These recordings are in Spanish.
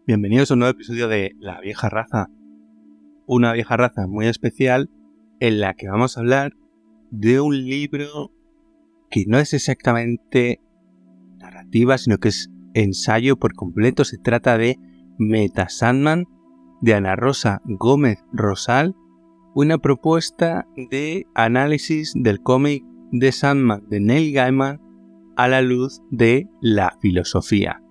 Bienvenidos a un nuevo episodio de La Vieja Raza, una vieja raza muy especial en la que vamos a hablar de un libro que no es exactamente narrativa, sino que es ensayo por completo. Se trata de Meta Sandman, de Ana Rosa Gómez Rosal, una propuesta de análisis del cómic de Sandman de Neil Gaiman a la luz de la filosofía.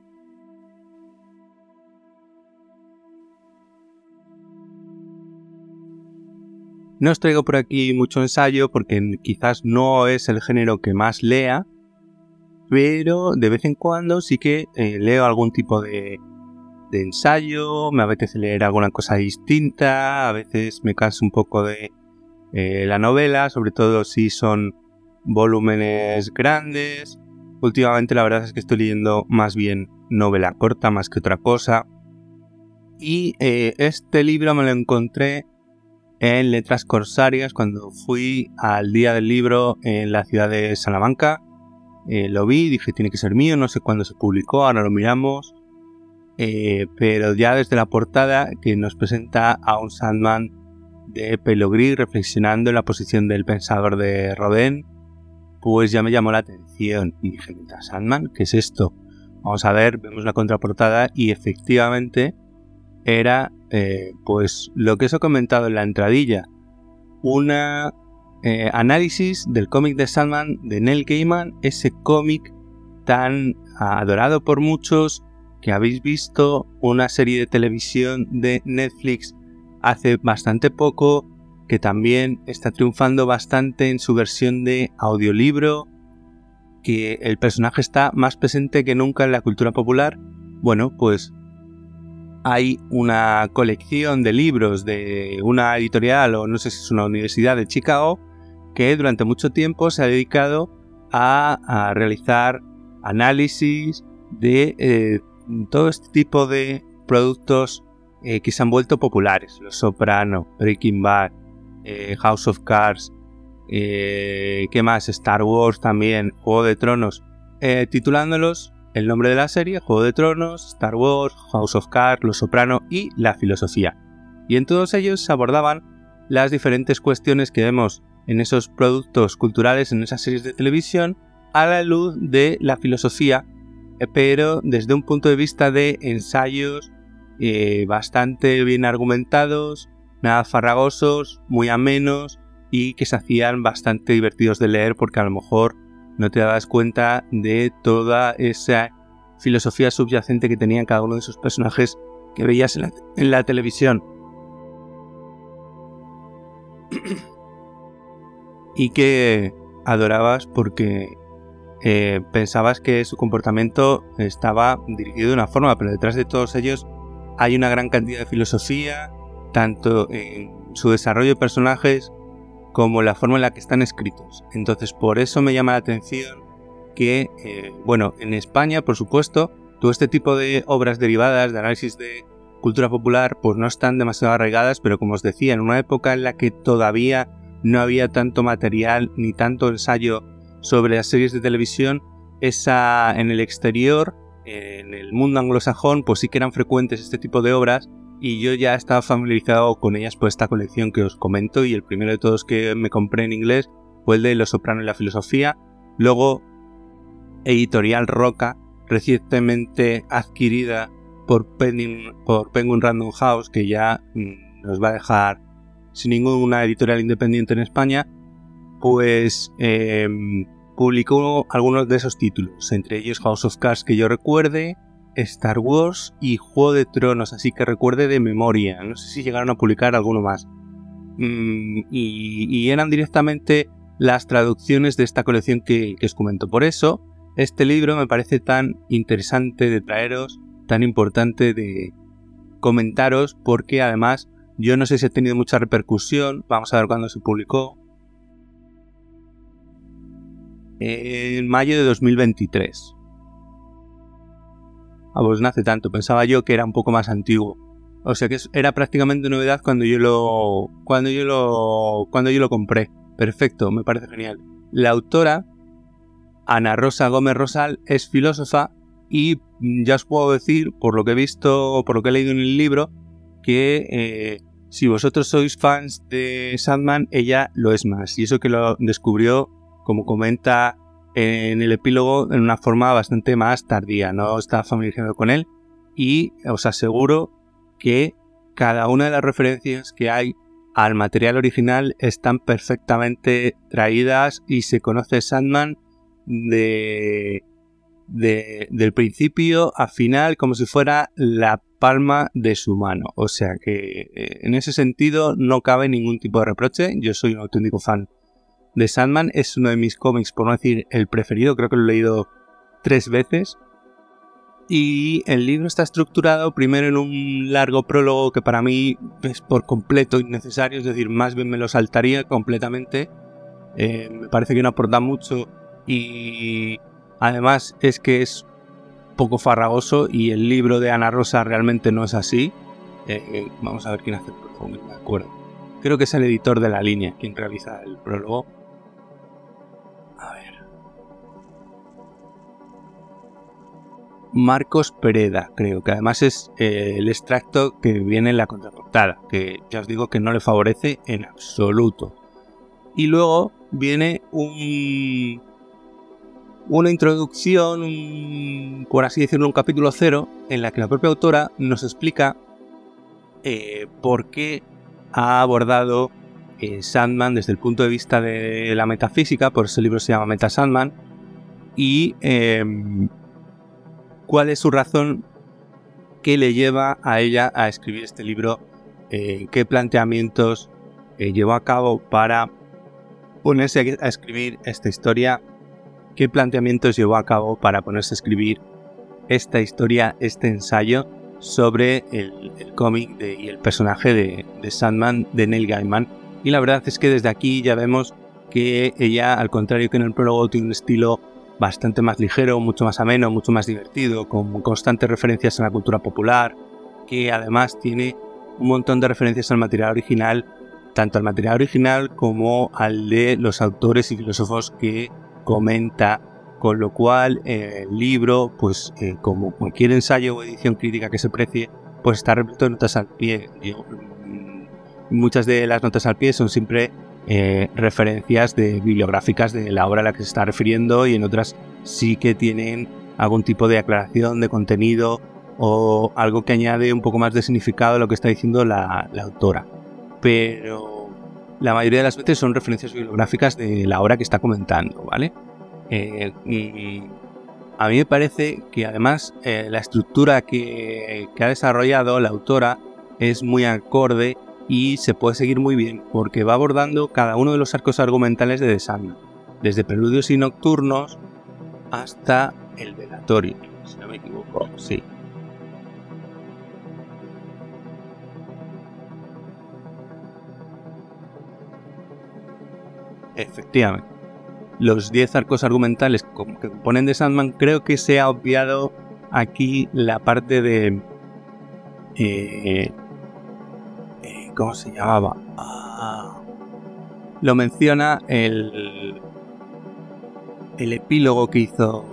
No os traigo por aquí mucho ensayo porque quizás no es el género que más lea, pero de vez en cuando sí que leo algún tipo de ensayo, me apetece leer alguna cosa distinta, a veces me canso un poco de la novela, sobre todo si son volúmenes grandes. Últimamente la verdad es que estoy leyendo más bien novela corta más que otra cosa. Y este libro me lo encontré en Letras Corsarias cuando fui al Día del Libro en la ciudad de Salamanca. Lo vi, dije tiene que ser mío, no sé cuándo se publicó, ahora lo miramos. Pero ya desde la portada que nos presenta a un Sandman de pelo gris reflexionando en la posición del pensador de Rodin, pues ya me llamó la atención y dije, ¿Meta Sandman? ¿Qué es esto? Vamos a ver, vemos la contraportada y efectivamente era pues lo que os he comentado en la entradilla, una análisis del cómic de Sandman de Neil Gaiman, ese cómic tan adorado por muchos, que habéis visto una serie de televisión de Netflix hace bastante poco, que también está triunfando bastante en su versión de audiolibro, que el personaje está más presente que nunca en la cultura popular. Bueno, pues hay una colección de libros de una editorial, o no sé si es una universidad de Chicago, que durante mucho tiempo se ha dedicado a realizar análisis de todo este tipo de productos que se han vuelto populares. Los Soprano, Breaking Bad, House of Cards, ¿qué más? Star Wars también, Juego de Tronos, titulándolos el nombre de la serie: Juego de Tronos, Star Wars, House of Cards, Los Soprano y la filosofía. Y en todos ellos se abordaban las diferentes cuestiones que vemos en esos productos culturales, en esas series de televisión, a la luz de la filosofía, pero desde un punto de vista de ensayos bastante bien argumentados, nada farragosos, muy amenos y que se hacían bastante divertidos de leer porque a lo mejor no te dabas cuenta de toda esa filosofía subyacente que tenían cada uno de esos personajes que veías en la televisión. Y que adorabas porque pensabas que su comportamiento estaba dirigido de una forma, pero detrás de todos ellos hay una gran cantidad de filosofía, tanto en su desarrollo de personajes como la forma en la que están escritos. Entonces por eso me llama la atención que, en España, por supuesto, todo este tipo de obras derivadas de análisis de cultura popular pues no están demasiado arraigadas, pero como os decía, en una época en la que todavía no había tanto material ni tanto ensayo sobre las series de televisión, en el exterior, en el mundo anglosajón, pues sí que eran frecuentes este tipo de obras. Y yo ya estaba familiarizado con ellas por esta colección que os comento, y el primero de todos que me compré en inglés fue el de Los Soprano y la filosofía. Luego, Editorial Roca, recientemente adquirida por Penguin Random House, que ya nos va a dejar sin ninguna editorial independiente en España, pues publicó algunos de esos títulos, entre ellos House of Cards que yo recuerde, Star Wars y Juego de Tronos, así que recuerde de memoria. No sé si llegaron a publicar alguno más. Y eran directamente las traducciones de esta colección que os comento. Por eso, este libro me parece tan interesante de traeros, tan importante de comentaros, porque además yo no sé si ha tenido mucha repercusión. Vamos a ver cuándo se publicó. En mayo de 2023. Pues no hace tanto, pensaba yo que era un poco más antiguo. O sea que era prácticamente novedad cuando yo lo compré. Perfecto, me parece genial. La autora, Ana Rosa Gómez Rosal, es filósofa Y ya os puedo decir, por lo que he visto, por lo que he leído en el libro, que si vosotros sois fans de Sandman, ella lo es más. Y eso que lo descubrió, como comenta en el epílogo, en una forma bastante más tardía. No está familiarizado con él. Y os aseguro que cada una de las referencias que hay al material original están perfectamente traídas y se conoce Sandman del principio a final como si fuera la palma de su mano. O sea que en ese sentido no cabe ningún tipo de reproche. Yo soy un auténtico fan de Sandman. Es uno de mis cómics, por no decir el preferido. Creo que lo he leído 3 veces. Y el libro está estructurado primero en un largo prólogo que para mí es por completo innecesario. Es decir, más bien me lo saltaría completamente. Me parece que no aporta mucho y además es que es poco farragoso, y el libro de Ana Rosa realmente no es así. Vamos a ver quién hace el prólogo, no me acuerdo. Creo que es el editor de La Línea quien realiza el prólogo. A ver. Marcos Pereda, creo que además es el extracto que viene en la contraportada, que ya os digo que no le favorece en absoluto. Y luego viene una introducción, por así decirlo, un capítulo 0, en la que la propia autora nos explica por qué ha abordado Sandman desde el punto de vista de la metafísica. Por eso el libro se llama Meta Sandman, y cuál es su razón que le lleva a ella a escribir este libro, qué planteamientos llevó a cabo para ponerse a escribir esta historia, qué planteamientos llevó a cabo para ponerse a escribir esta historia, este ensayo sobre el cómic y el personaje de Sandman de Neil Gaiman. Y la verdad es que desde aquí ya vemos que ella, al contrario que en el prólogo, tiene un estilo bastante más ligero, mucho más ameno, mucho más divertido, con constantes referencias a la cultura popular, que además tiene un montón de referencias al material original, tanto al material original como al de los autores y filósofos que comenta, con lo cual el libro, pues como cualquier ensayo o edición crítica que se precie, pues está repleto de notas al pie. Muchas de las notas al pie son siempre referencias bibliográficas de la obra a la que se está refiriendo, y en otras sí que tienen algún tipo de aclaración de contenido o algo que añade un poco más de significado a lo que está diciendo la autora. Pero la mayoría de las veces son referencias bibliográficas de la obra que está comentando, ¿vale? A mí me parece que además la estructura que ha desarrollado la autora es muy acorde y se puede seguir muy bien, porque va abordando cada uno de los arcos argumentales de The Sandman, desde Preludios y Nocturnos hasta el velatorio, si no me equivoco, sí. Efectivamente. Los 10 arcos argumentales que componen The Sandman, creo que se ha obviado aquí la parte de... ¿cómo se llamaba? Lo menciona el epílogo que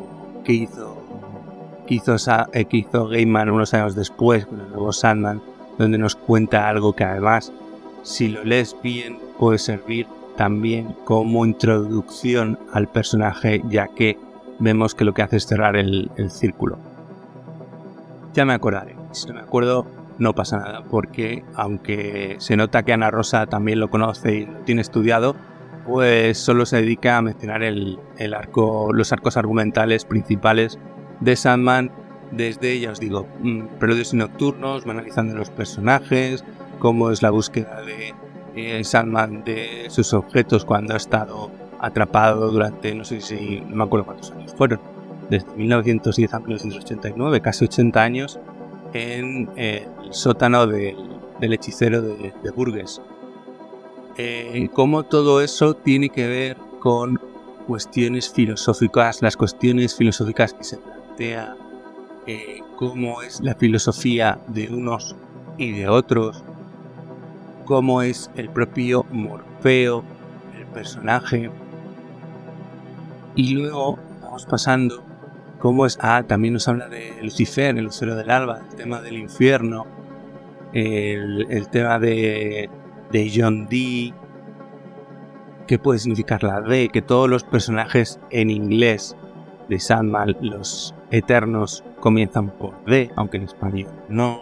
hizo Gaiman unos años después con el nuevo Sandman, donde nos cuenta algo que además, si lo lees bien, puede servir también como introducción al personaje, ya que vemos que lo que hace es cerrar el círculo. Ya me acordaré, si no me acuerdo no pasa nada, porque aunque se nota que Ana Rosa también lo conoce y lo tiene estudiado, pues solo se dedica a mencionar los arcos argumentales principales de Sandman, desde, ya os digo, Preludios y Nocturnos, analizando los personajes, cómo es la búsqueda de Sandman de sus objetos cuando ha estado atrapado durante, no me acuerdo cuántos años fueron, desde 1910 a 1989, casi 80 años, en el sótano del hechicero de Burgess. Cómo todo eso tiene que ver con cuestiones filosóficas, las cuestiones filosóficas que se plantea, cómo es la filosofía de unos y de otros, cómo es el propio Morfeo, el personaje, y luego vamos pasando cómo es... también nos habla de Lucifer, el lucero del alba, el tema del infierno, el tema de John Dee, qué puede significar la D, que todos los personajes en inglés de Sandman, los eternos, comienzan por D, aunque en español no.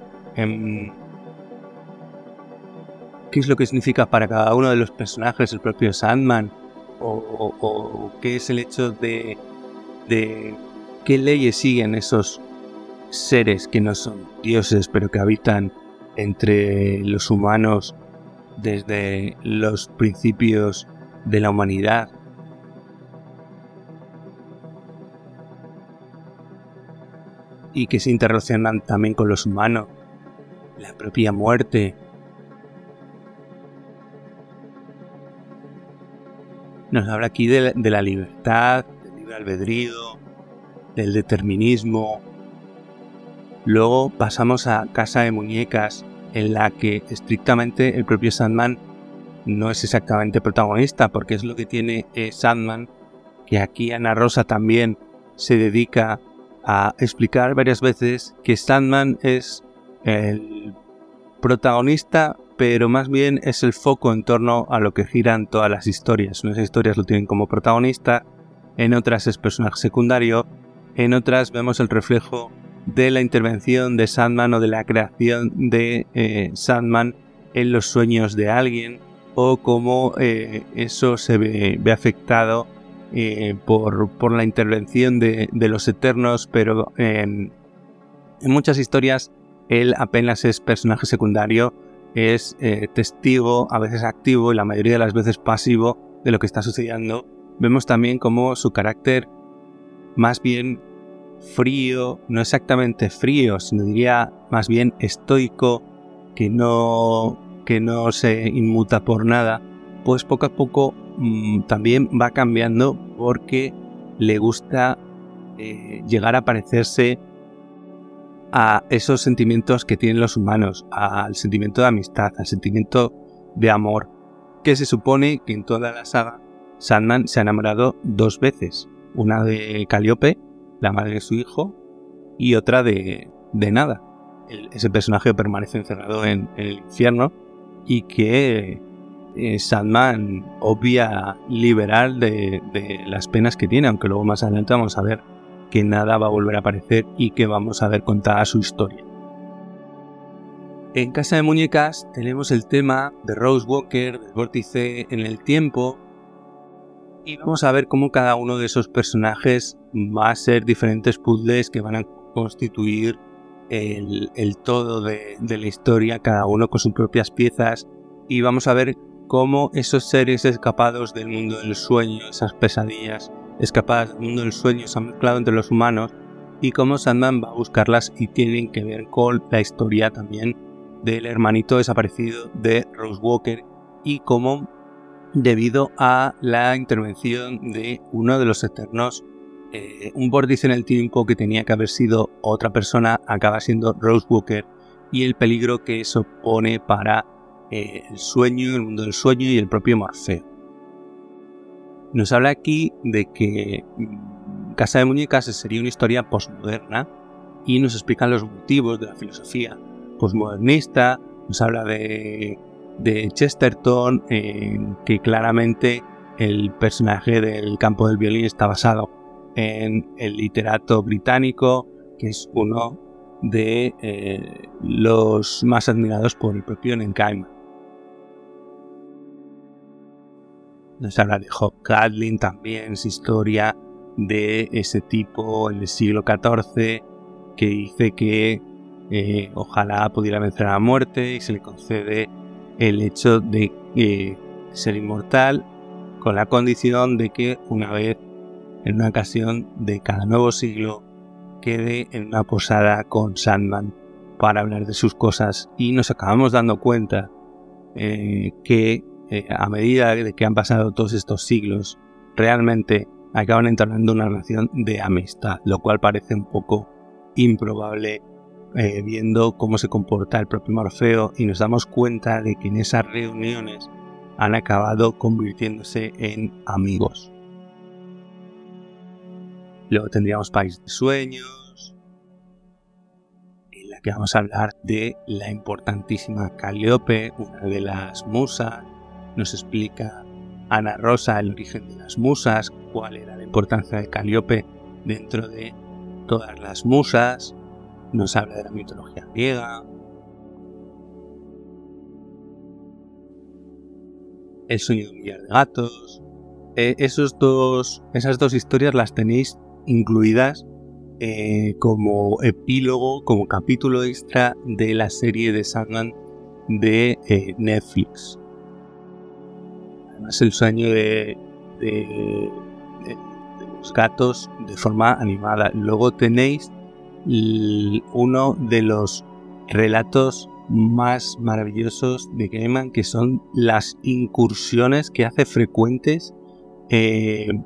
¿Qué es lo que significa para cada uno de los personajes el propio Sandman? O qué es el hecho de qué leyes siguen esos seres que no son dioses, pero que habitan entre los humanos desde los principios de la humanidad. Y que se interrelacionan también con los humanos, la propia muerte. Nos habla aquí de la libertad, del libre albedrío, del determinismo. Luego pasamos a Casa de Muñecas, en la que estrictamente el propio Sandman no es exactamente protagonista, porque es lo que tiene Sandman, que aquí Ana Rosa también se dedica a explicar varias veces que Sandman es el protagonista, pero más bien es el foco en torno a lo que giran todas las historias. Unas historias lo tienen como protagonista, en otras es personaje secundario, en otras vemos el reflejo de la intervención de Sandman o de la creación de Sandman en los sueños de alguien, o cómo eso se ve afectado por la intervención de los Eternos, pero en muchas historias él apenas es personaje secundario, es testigo, a veces activo y la mayoría de las veces pasivo de lo que está sucediendo. Vemos también cómo su carácter más bien frío, no exactamente frío, sino diría más bien estoico, que no se inmuta por nada, pues poco a poco también va cambiando, porque le gusta llegar a parecerse a esos sentimientos que tienen los humanos, al sentimiento de amistad, al sentimiento de amor, que se supone que en toda la saga Sandman se ha enamorado 2 veces, una de Calliope, la madre de su hijo, y otra de Nada, ese personaje permanece encerrado en el infierno y que Sandman obvia liberar de las penas que tiene, aunque luego más adelante vamos a ver que Nada va a volver a aparecer y que vamos a ver contada su historia. En Casa de Muñecas tenemos el tema de Rose Walker, del vórtice en el tiempo, y vamos a ver cómo cada uno de esos personajes va a ser diferentes puzzles que van a constituir el todo de la historia, cada uno con sus propias piezas, y vamos a ver cómo esos seres escapados del mundo del sueño, esas pesadillas escapadas del mundo del sueño, se han mezclado entre los humanos, y cómo Sandman va a buscarlas y tienen que ver con la historia también del hermanito desaparecido de Rose Walker, y cómo, debido a la intervención de uno de los Eternos, un vórtice en el tiempo que tenía que haber sido otra persona acaba siendo Rose Walker, y el peligro que eso pone para el sueño, el mundo del sueño y el propio Morfeo. Nos habla aquí de que Casa de Muñecas sería una historia postmoderna y nos explican los motivos de la filosofía postmodernista. Nos habla de Chesterton, que claramente el personaje del campo del violín está basado en el literato británico, que es uno de los más admirados por el propio Neil Gaiman. Nos habla de Job Catlin también, su historia de ese tipo en el siglo XIV que dice que ojalá pudiera vencer a la muerte, y se le concede el hecho de ser inmortal, con la condición de que una vez, en una ocasión de cada nuevo siglo, quede en una posada con Sandman para hablar de sus cosas. Y nos acabamos dando cuenta que a medida de que han pasado todos estos siglos, realmente acaban entablando una relación de amistad, lo cual parece un poco improbable viendo cómo se comporta el propio Morfeo, y nos damos cuenta de que en esas reuniones han acabado convirtiéndose en amigos. Luego tendríamos País de Sueños, en la que vamos a hablar de la importantísima Calíope, una de las musas. Nos explica Ana Rosa el origen de las musas, cuál era la importancia de Calíope dentro de todas las musas. Nos habla de la mitología griega. El sueño de un millar de gatos. Esas dos historias las tenéis incluidas como epílogo, como capítulo extra de la serie de Sandman de Netflix. Además, el sueño de los gatos de forma animada. Luego tenéis uno de los relatos más maravillosos de Gaiman, que son las incursiones que hace frecuentes en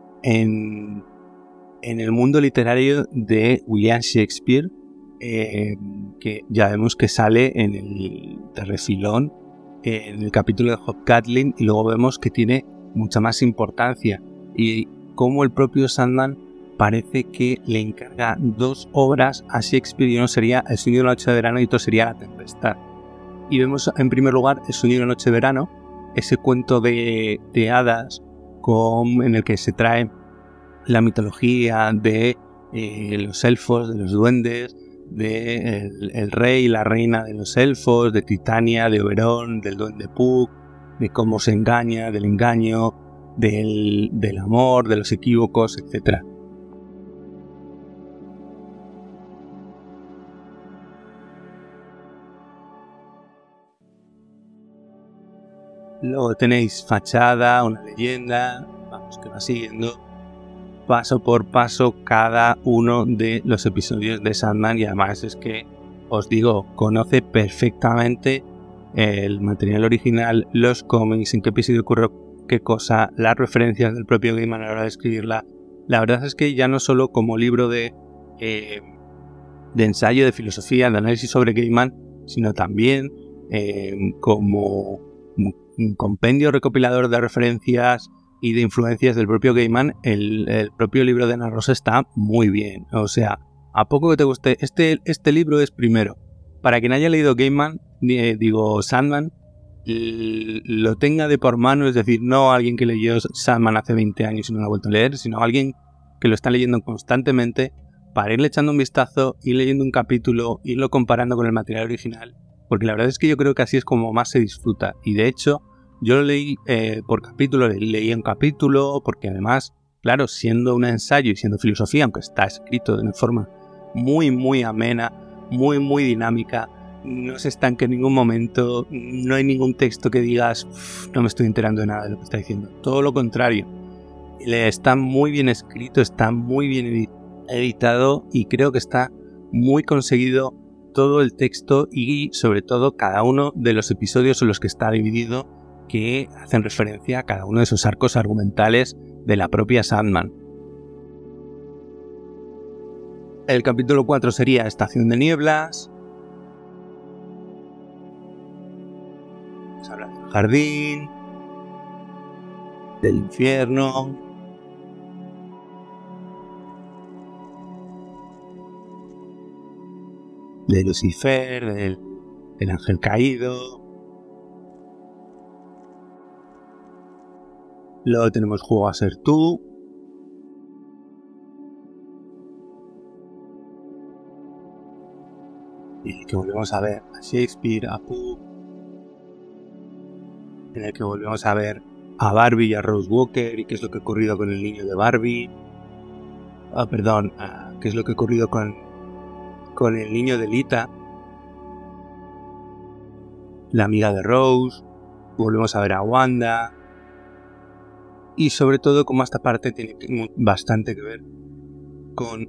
el mundo literario de William Shakespeare, que ya vemos que sale en el de refilón en el capítulo de Hobgoblin, y luego vemos que tiene mucha más importancia, y como el propio Sandman parece que le encarga 2 obras a Shakespeare, y uno sería El sueño de una noche de verano y otro sería La tempestad. Y vemos en primer lugar El sueño de una noche de verano, ese cuento de hadas en el que se trae la mitología de los elfos, de los duendes, de el rey y la reina de los elfos, de Titania, de Oberón, del duende Puck, de cómo se engaña, del engaño, del amor, de los equívocos, etc. Luego tenéis Fachada, una leyenda, vamos, que va siguiendo paso por paso cada uno de los episodios de Sandman, y además es que, os digo, conoce perfectamente el material original, los cómics, en qué episodio ocurrió qué cosa, las referencias del propio Gaiman a la hora de escribirla. La verdad es que ya no solo como libro de ensayo, de filosofía, de análisis sobre Gaiman, sino también como un compendio recopilador de referencias y de influencias del propio Gaiman. El propio libro de Ana Rosa está muy bien. O sea, a poco que te guste, este libro es, primero, para quien haya leído Gaiman, Sandman, lo tenga de por mano, es decir, no alguien que leyó Sandman hace 20 años y no lo ha vuelto a leer, sino alguien que lo está leyendo constantemente, para irle echando un vistazo, ir leyendo un capítulo, irlo comparando con el material original, porque la verdad es que yo creo que así es como más se disfruta. Y de hecho, yo lo leí por capítulo, leí un capítulo, porque además, claro, siendo un ensayo y siendo filosofía, aunque está escrito de una forma muy, muy amena, muy, muy dinámica, no se estanca en ningún momento, no hay ningún texto que digas, no me estoy enterando de nada de lo que está diciendo. Todo lo contrario, está muy bien escrito, está muy bien editado, y creo que está muy conseguido todo el texto, y sobre todo cada uno de los episodios en los que está dividido, que hacen referencia a cada uno de esos arcos argumentales de la propia Sandman. El capítulo 4 sería Estación de Nieblas. Se habla del jardín, del infierno, de Lucifer, del ángel caído. Luego tenemos Juego a ser tú. Y que volvemos a ver a Shakespeare, a Puck. En el que volvemos a ver a Barbie y a Rose Walker, y qué es lo que ha ocurrido con el niño de Barbie. Qué es lo que ha ocurrido con el niño de Lita, la amiga de Rose. Volvemos a ver a Wanda. Y sobre todo, como esta parte tiene bastante que ver con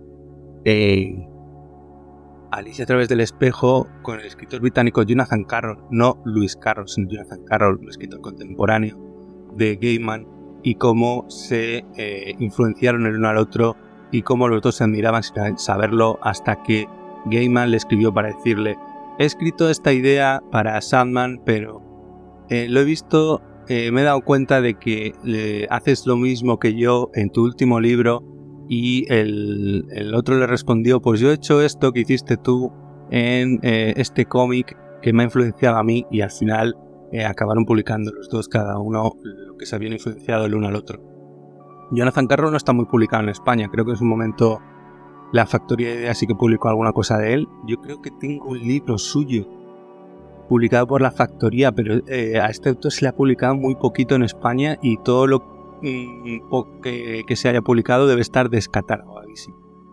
Alicia a través del espejo, con el escritor británico Jonathan Carroll, no Lewis Carroll, sino Jonathan Carroll, el escritor contemporáneo de Gaiman, y cómo se influenciaron el uno al otro, y cómo los dos se admiraban sin saberlo, hasta que Gaiman le escribió para decirle: he escrito esta idea para Sandman, pero lo he visto, me he dado cuenta de que haces lo mismo que yo en tu último libro, y el otro le respondió, pues yo he hecho esto que hiciste tú en este cómic que me ha influenciado a mí, y al final acabaron publicando los dos, cada uno lo que se habían influenciado el uno al otro. Jonathan Carroll no está muy publicado en España, creo que en su momento La Factoría de Ideas sí que publicó alguna cosa de él. Yo creo que tengo un libro suyo publicado por La Factoría, pero a este autor se le ha publicado muy poquito en España, y todo lo que se haya publicado debe estar descatalogado.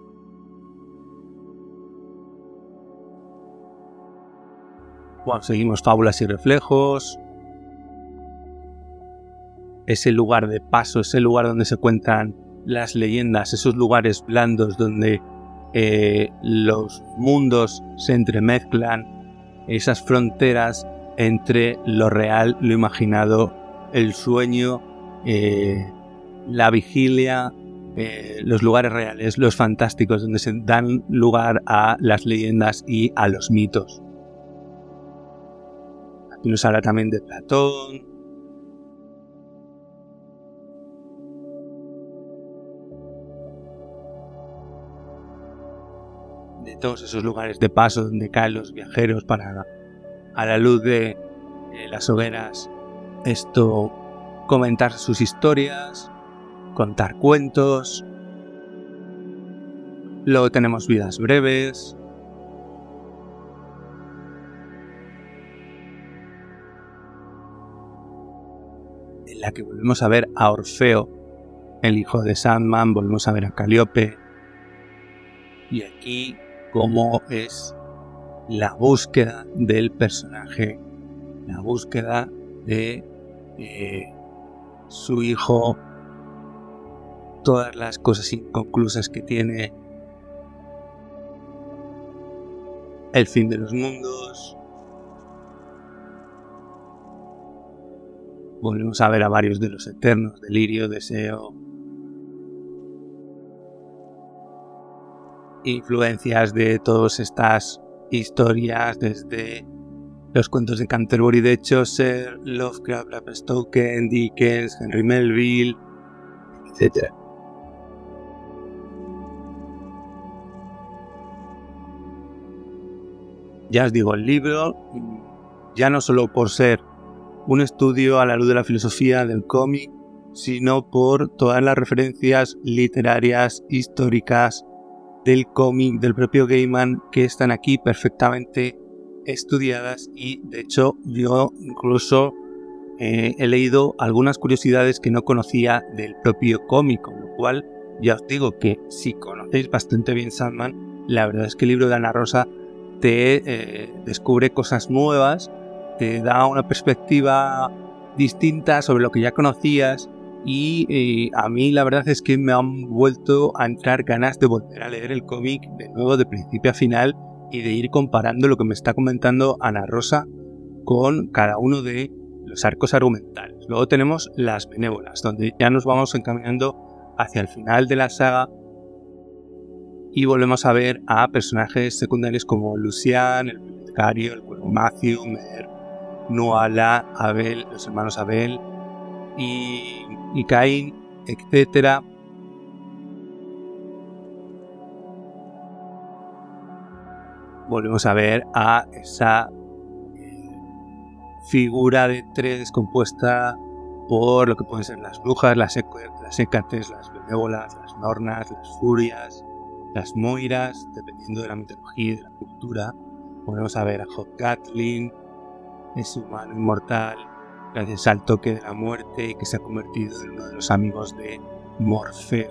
Bueno, seguimos Fábulas y Reflejos. Ese lugar de paso, ese lugar donde se cuentan las leyendas, esos lugares blandos donde los mundos se entremezclan, esas fronteras entre lo real, lo imaginado, el sueño, la vigilia, los lugares reales, los fantásticos, donde se dan lugar a las leyendas y a los mitos. Aquí nos habla también de Platón, de todos esos lugares de paso donde caen los viajeros para, a la luz de las hogueras, comentar sus historias, contar cuentos. Luego tenemos Vidas breves, en la que volvemos a ver a Orfeo, el hijo de Sandman, volvemos a ver a Calíope, y aquí cómo es la búsqueda del personaje, la búsqueda de su hijo, todas las cosas inconclusas que tiene, el fin de los mundos. Volvemos a ver a varios de los eternos, Delirio, Deseo, influencias de todas estas historias, desde los cuentos de Canterbury de Chaucer, Lovecraft, Bram Stoker, Dickens, Henry Melville, etc. Ya os digo, el libro, ya no solo por ser un estudio a la luz de la filosofía del cómic, sino por todas las referencias literarias, históricas del cómic, del propio Gaiman, que están aquí perfectamente estudiadas, y de hecho yo incluso he leído algunas curiosidades que no conocía del propio cómic, con lo cual ya os digo que si conocéis bastante bien Sandman, la verdad es que el libro de Ana Rosa te descubre cosas nuevas, te da una perspectiva distinta sobre lo que ya conocías, y a mí la verdad es que me han vuelto a entrar ganas de volver a leer el cómic de nuevo, de principio a final, y de ir comparando lo que me está comentando Ana Rosa con cada uno de los arcos argumentales. Luego tenemos Las Benévolas, donde ya nos vamos encaminando hacia el final de la saga, y volvemos a ver a personajes secundarios como Lucian, el bibliotecario, el cuervo Matthew, Mer, Nuala, Abel, los hermanos Abel y Caín, etc. Volvemos a ver a esa figura de tres compuesta por lo que pueden ser las brujas, las hécates, las benévolas, las nornas, las furias, las moiras, dependiendo de la mitología y de la cultura. Volvemos a ver a Hobgoblin, ese humano inmortal, gracias al toque de la muerte, que se ha convertido en uno de los amigos de Morfeo.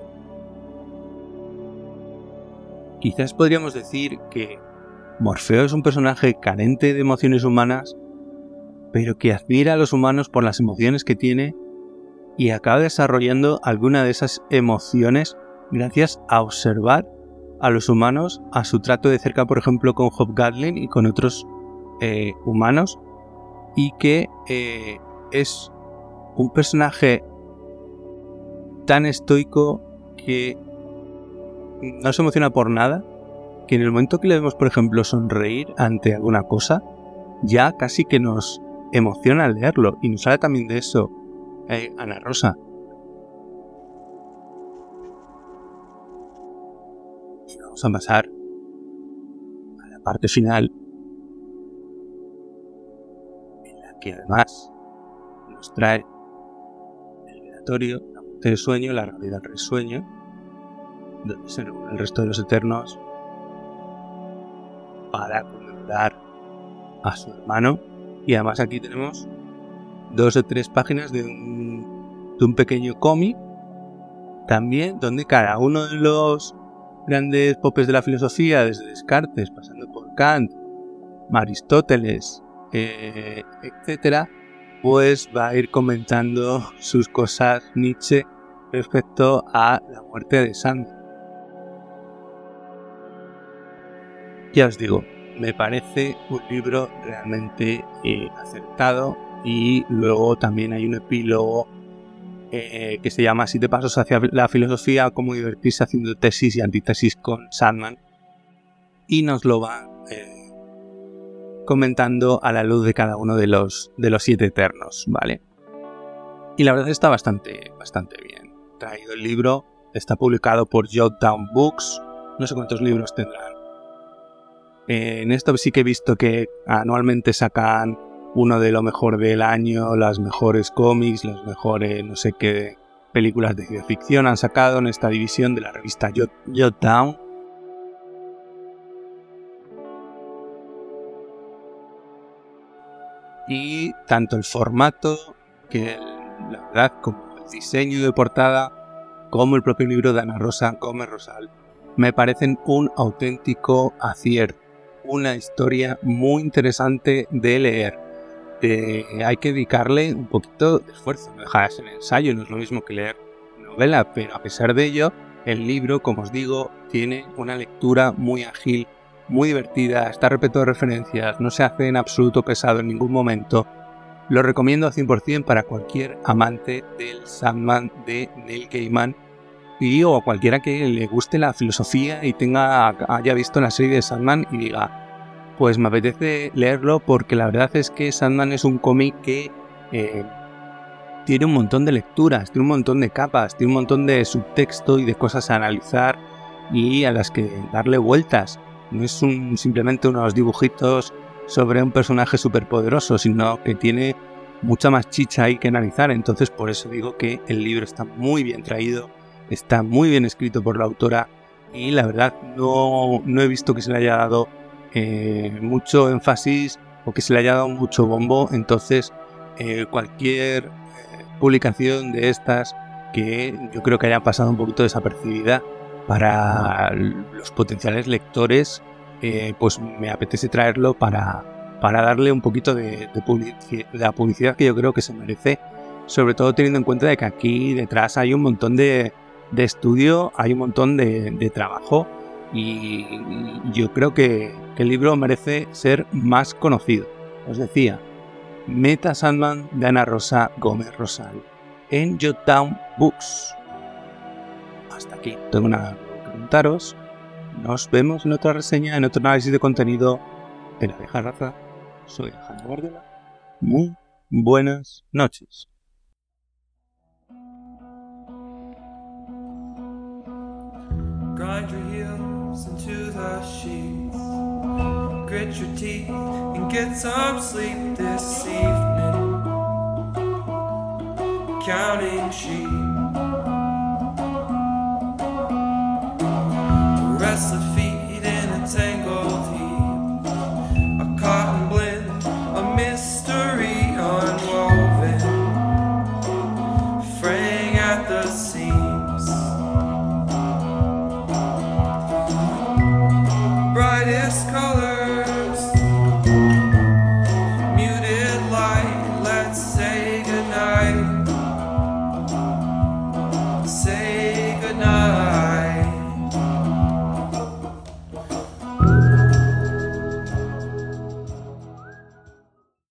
Quizás podríamos decir que Morfeo es un personaje carente de emociones humanas, pero que admira a los humanos por las emociones que tiene, y acaba desarrollando alguna de esas emociones gracias a observar a los humanos, a su trato de cerca, por ejemplo, con Hobgoblin y con otros humanos, y que es un personaje tan estoico que no se emociona por nada, que en el momento que le vemos, por ejemplo, sonreír ante alguna cosa, ya casi que nos emociona al leerlo, y nos habla también de eso Ana Rosa. vamos a pasar a la parte final, en la que además nos trae el velatorio, la muerte del sueño, la realidad del sueño, donde se reúne el resto de los Eternos para conmemorar a su hermano. Y además aquí tenemos 2 o 3 páginas de un pequeño cómic también, donde cada uno de los grandes popes de la filosofía, desde Descartes, pasando por Kant, Aristóteles, etcétera, pues va a ir comentando sus cosas Nietzsche respecto a la muerte de Sandman. Ya os digo, me parece un libro realmente acertado, y luego también hay un epílogo que se llama 7 pasos hacia la filosofía, cómo divertirse haciendo tesis y antitesis con Sandman, y nos lo va comentando a la luz de cada uno de los 7 Eternos, ¿vale? Y la verdad está bastante bien traído el libro. Está publicado por Jotdown Books, no sé cuántos libros tendrán. En esto sí que he visto que anualmente sacan uno de lo mejor del año, las mejores cómics, las mejores no sé qué películas de ciencia ficción han sacado en esta división de la revista Jotdown. Y tanto el formato, que la verdad, como el diseño de portada, como el propio libro de Ana Rosa Gómez Rosal, me parecen un auténtico acierto. Una historia muy interesante de leer. Hay que dedicarle un poquito de esfuerzo, no deja de ser ensayo, no es lo mismo que leer novela, pero a pesar de ello, el libro, como os digo, tiene una lectura muy ágil, muy divertida, está repleto de referencias, no se hace en absoluto pesado en ningún momento. Lo recomiendo al 100% para cualquier amante del Sandman de Neil Gaiman, o a cualquiera que le guste la filosofía y haya visto la serie de Sandman y diga, pues me apetece leerlo, porque la verdad es que Sandman es un cómic que tiene un montón de lecturas, tiene un montón de capas, tiene un montón de subtexto y de cosas a analizar y a las que darle vueltas. No es simplemente unos dibujitos sobre un personaje superpoderoso, sino que tiene mucha más chicha ahí que analizar. Entonces por eso digo que el libro está muy bien traído, está muy bien escrito por la autora, y la verdad no he visto que se le haya dado mucho énfasis o que se le haya dado mucho bombo. Entonces cualquier publicación de estas que yo creo que haya pasado un poquito desapercibida para los potenciales lectores, pues me apetece traerlo para darle un poquito de la publicidad que yo creo que se merece, sobre todo teniendo en cuenta de que aquí detrás hay un montón de estudio, hay un montón de trabajo, y yo creo que el libro merece ser más conocido. Os decía, Meta Sandman de Ana Rosa Gómez Rosal en Jotdown Books. Hasta aquí, tengo nada que preguntaros. Nos vemos en otra reseña, en otro análisis de contenido de La Vieja Raza. Soy Alejandro Bárdola. Muy buenas noches. Grind your heels into the sheets, grit your teeth and get some sleep this evening. Counting sheep, restless feet in a tangled heap, a cotton blend, a mystery unwoven, fraying at the seams. Brightest color